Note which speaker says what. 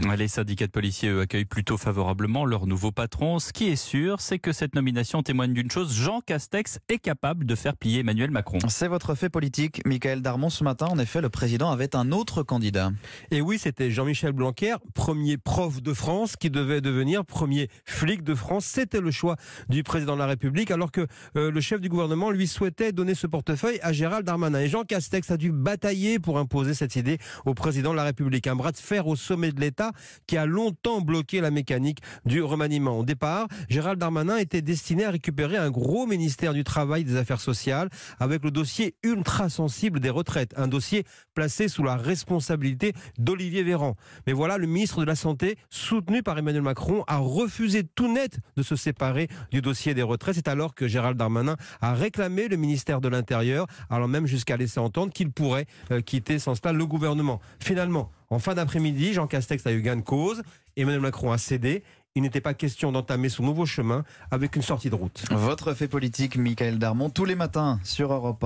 Speaker 1: Les syndicats de policiers accueillent plutôt favorablement leur nouveau patron. Ce qui est sûr, c'est que cette nomination témoigne d'une chose: Jean Castex est capable de faire plier Emmanuel Macron.
Speaker 2: C'est votre fait politique, Michael Darmon. Ce matin, en effet, le président avait un autre candidat.
Speaker 3: Et oui, c'était Jean-Michel Blanquer, premier prof de France, qui devait devenir premier flic de France. C'était le choix du président de la République, alors que le chef du gouvernement lui souhaitait donner ce portefeuille à Gérald Darmanin. Et Jean Castex a dû batailler pour imposer cette idée au président de la République. Un bras de fer au sommet de l'État qui a longtemps bloqué la mécanique du remaniement. Au départ, Gérald Darmanin était destiné à récupérer un gros ministère du Travail et des Affaires sociales avec le dossier ultra sensible des retraites. Un dossier placé sous la responsabilité d'Olivier Véran. Mais voilà, le ministre de la Santé, soutenu par Emmanuel Macron, a refusé tout net de se séparer du dossier des retraites. C'est alors que Gérald Darmanin a réclamé le ministère de l'Intérieur, allant même jusqu'à laisser entendre qu'il pourrait quitter sans cela le gouvernement. Finalement, en fin d'après-midi, Jean Castex a eu gain de cause. Emmanuel Macron a cédé. Il n'était pas question d'entamer son nouveau chemin avec une sortie de route.
Speaker 2: Votre fait politique, Michael Darmon, tous les matins sur Europe 1.